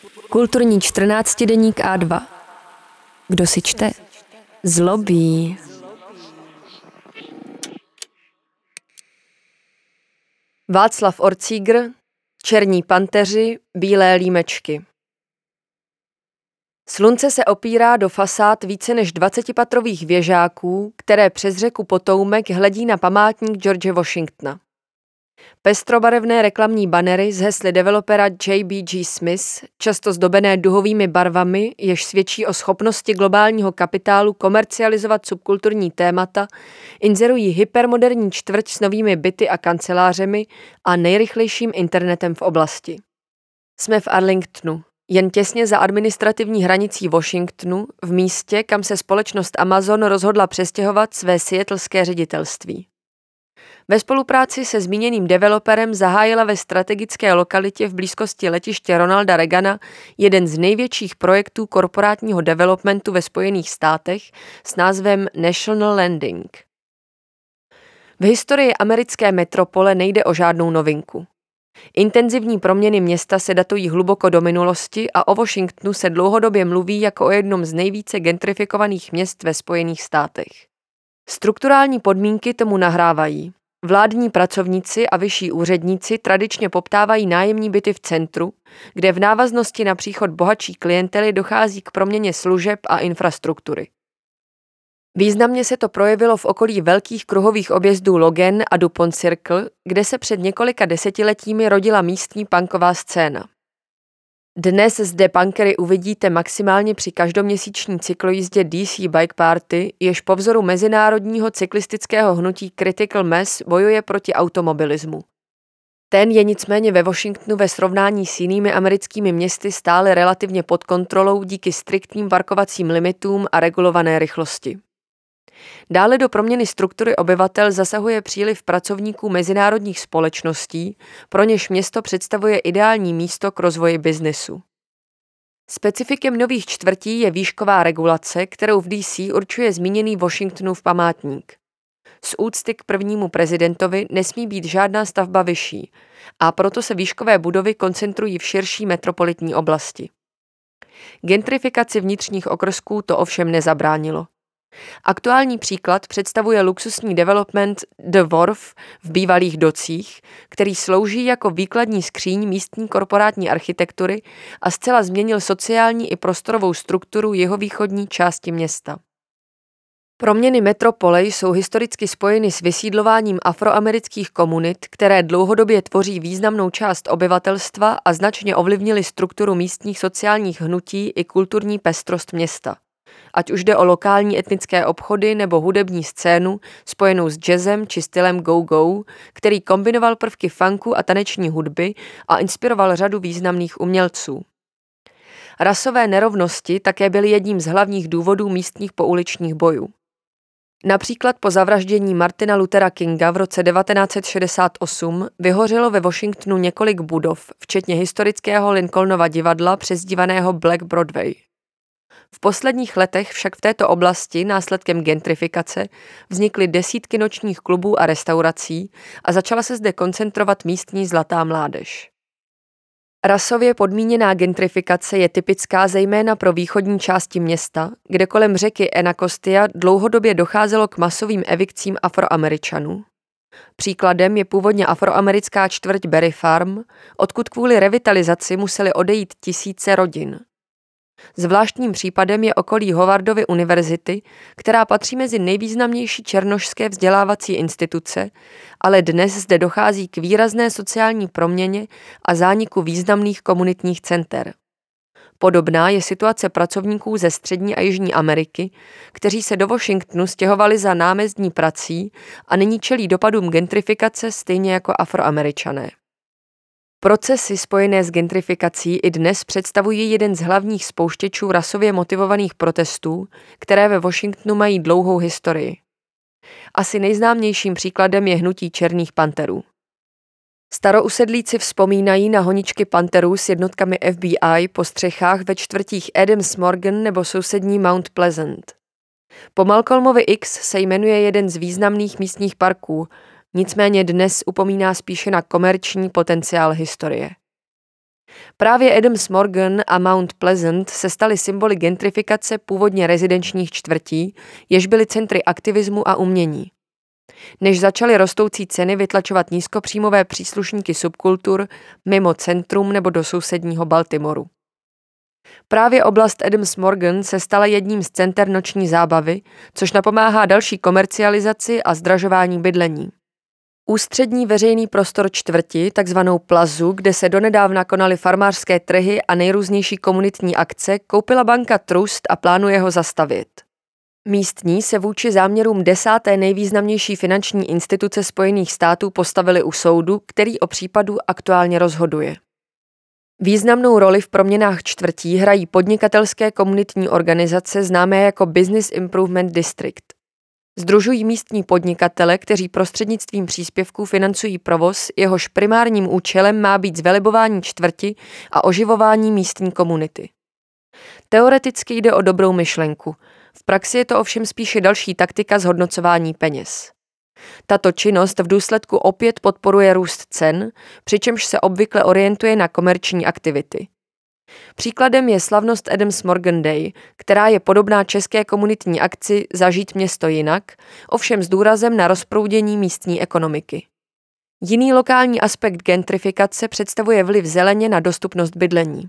Kulturní 14deník A2. Kdo si čte? Zlobí. Václav Orcígr, Černí panteři, bílé límečky. Slunce se opírá do fasád více než 20patrových věžáků, které přes řeku Potoumek hledí na památník George Washingtona. Pestrobarevné reklamní banery z hesly developera J.B.G. Smith, často zdobené duhovými barvami, jež svědčí o schopnosti globálního kapitálu komercializovat subkulturní témata, inzerují hypermoderní čtvrť s novými byty a kancelářemi a nejrychlejším internetem v oblasti. Jsme v Arlingtonu, jen těsně za administrativní hranicí Washingtonu, v místě, kam se společnost Amazon rozhodla přestěhovat své seattlské ředitelství. Ve spolupráci se zmíněným developerem zahájila ve strategické lokalitě v blízkosti letiště Ronalda Reagana jeden z největších projektů korporátního developmentu ve Spojených státech s názvem National Landing. V historii americké metropole nejde o žádnou novinku. Intenzivní proměny města se datují hluboko do minulosti a o Washingtonu se dlouhodobě mluví jako o jednom z nejvíce gentrifikovaných měst ve Spojených státech. Strukturální podmínky tomu nahrávají. Vládní pracovníci a vyšší úředníci tradičně poptávají nájemní byty v centru, kde v návaznosti na příchod bohatší klientely dochází k proměně služeb a infrastruktury. Významně se to projevilo v okolí velkých kruhových objezdů Logan a DuPont Circle, kde se před několika desetiletími rodila místní punková scéna. Dnes zde punkery uvidíte maximálně při každoměsíční cyklojízdě DC Bike Party, jež po vzoru mezinárodního cyklistického hnutí Critical Mass bojuje proti automobilismu. Ten je nicméně ve Washingtonu ve srovnání s jinými americkými městy stále relativně pod kontrolou díky striktním parkovacím limitům a regulované rychlosti. Dále do proměny struktury obyvatel zasahuje příliv pracovníků mezinárodních společností, pro něž město představuje ideální místo k rozvoji biznesu. Specifikem nových čtvrtí je výšková regulace, kterou v DC určuje zmíněný Washingtonův památník. Z úcty k prvnímu prezidentovi nesmí být žádná stavba vyšší a proto se výškové budovy koncentrují v širší metropolitní oblasti. Gentrifikaci vnitřních okrsků to ovšem nezabránilo. Aktuální příklad představuje luxusní development The Wharf v bývalých docích, který slouží jako výkladní skříň místní korporátní architektury a zcela změnil sociální i prostorovou strukturu jihovýchodní části města. Proměny metropole jsou historicky spojeny s vysídlováním afroamerických komunit, které dlouhodobě tvoří významnou část obyvatelstva a značně ovlivnily strukturu místních sociálních hnutí i kulturní pestrost města. Ať už jde o lokální etnické obchody nebo hudební scénu spojenou s jazzem či stylem go-go, který kombinoval prvky funku a taneční hudby a inspiroval řadu významných umělců. Rasové nerovnosti také byly jedním z hlavních důvodů místních pouličních bojů. Například po zavraždění Martina Luthera Kinga v roce 1968 vyhořelo ve Washingtonu několik budov, včetně historického Lincolnova divadla přezdívaného Black Broadway. V posledních letech však v této oblasti následkem gentrifikace vznikly desítky nočních klubů a restaurací a začala se zde koncentrovat místní zlatá mládež. Rasově podmíněná gentrifikace je typická zejména pro východní části města, kde kolem řeky Anacostia dlouhodobě docházelo k masovým evikcím Afroameričanů. Příkladem je původně afroamerická čtvrť Berry Farm, odkud kvůli revitalizaci museli odejít tisíce rodin. Zvláštním případem je okolí Howardovy univerzity, která patří mezi nejvýznamnější černošské vzdělávací instituce, ale dnes zde dochází k výrazné sociální proměně a zániku významných komunitních center. Podobná je situace pracovníků ze Střední a Jižní Ameriky, kteří se do Washingtonu stěhovali za námezdní prací a nyní čelí dopadům gentrifikace stejně jako Afroameričané. Procesy spojené s gentrifikací i dnes představují jeden z hlavních spouštěčů rasově motivovaných protestů, které ve Washingtonu mají dlouhou historii. Asi nejznámějším příkladem je hnutí Černých panterů. Starousedlíci vzpomínají na honičky panterů s jednotkami FBI po střechách ve čtvrtích Adams Morgan nebo sousední Mount Pleasant. Po Malcolmovi X se jmenuje jeden z významných místních parků, nicméně dnes upomíná spíše na komerční potenciál historie. Právě Adams Morgan a Mount Pleasant se staly symboly gentrifikace původně rezidenčních čtvrtí, jež byly centry aktivismu a umění. Než začaly rostoucí ceny vytlačovat nízkopříjmové příslušníky subkultur mimo centrum nebo do sousedního Baltimoru. Právě oblast Adams Morgan se stala jedním z center noční zábavy, což napomáhá další komercializaci a zdražování bydlení. Ústřední veřejný prostor čtvrti, takzvanou plazu, kde se donedávna konaly farmářské trhy a nejrůznější komunitní akce, koupila banka Trust a plánuje ho zastavět. Místní se vůči záměrům 10. nejvýznamnější finanční instituce Spojených států postavili u soudu, který o případu aktuálně rozhoduje. Významnou roli v proměnách čtvrtí hrají podnikatelské komunitní organizace známé jako Business Improvement District. Sdružují místní podnikatele, kteří prostřednictvím příspěvků financují provoz, jehož primárním účelem má být zvelebování čtvrti a oživování místní komunity. Teoreticky jde o dobrou myšlenku, v praxi je to ovšem spíše další taktika zhodnocování peněz. Tato činnost v důsledku opět podporuje růst cen, přičemž se obvykle orientuje na komerční aktivity. Příkladem je slavnost Adams Morgan Day, která je podobná české komunitní akci Zažít město jinak, ovšem s důrazem na rozproudění místní ekonomiky. Jiný lokální aspekt gentrifikace představuje vliv zeleně na dostupnost bydlení.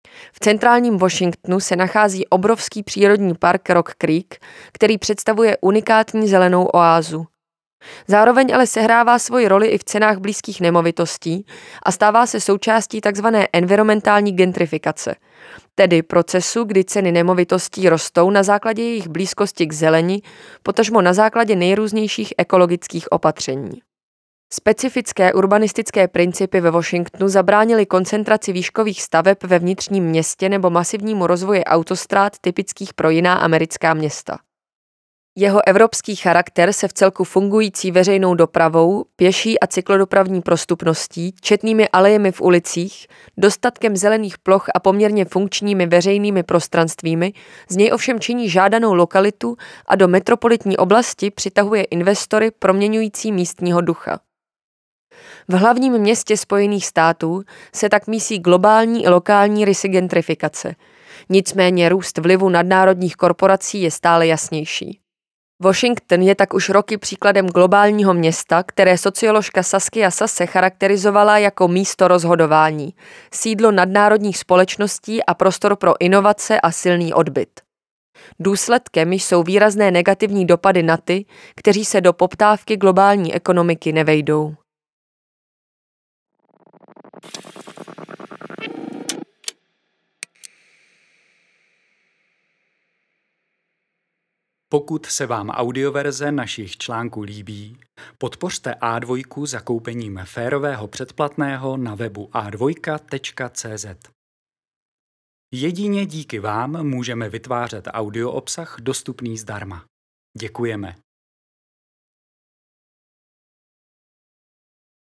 V centrálním Washingtonu se nachází obrovský přírodní park Rock Creek, který představuje unikátní zelenou oázu. Zároveň ale sehrává svoji roli i v cenách blízkých nemovitostí a stává se součástí tzv. Environmentální gentrifikace, tedy procesu, kdy ceny nemovitostí rostou na základě jejich blízkosti k zeleni, potažmo na základě nejrůznějších ekologických opatření. Specifické urbanistické principy ve Washingtonu zabránily koncentraci výškových staveb ve vnitřním městě nebo masivnímu rozvoji autostrád typických pro jiná americká města. Jeho evropský charakter se vcelku fungující veřejnou dopravou, pěší a cyklodopravní prostupností, četnými alejemi v ulicích, dostatkem zelených ploch a poměrně funkčními veřejnými prostranstvími z něj ovšem činí žádanou lokalitu a do metropolitní oblasti přitahuje investory proměňující místního ducha. V hlavním městě Spojených států se tak mísí globální i lokální rysy gentrifikace. Nicméně růst vlivu nadnárodních korporací je stále jasnější. Washington je tak už roky příkladem globálního města, které socioložka Saskia Sasse charakterizovala jako místo rozhodování, sídlo nadnárodních společností a prostor pro inovace a silný odbyt. Důsledkem jsou výrazné negativní dopady na ty, kteří se do poptávky globální ekonomiky nevejdou. Pokud se vám audioverze našich článků líbí, podpořte A2 zakoupením férového předplatného na webu a2.cz. Jedině díky vám můžeme vytvářet audio obsah dostupný zdarma. Děkujeme.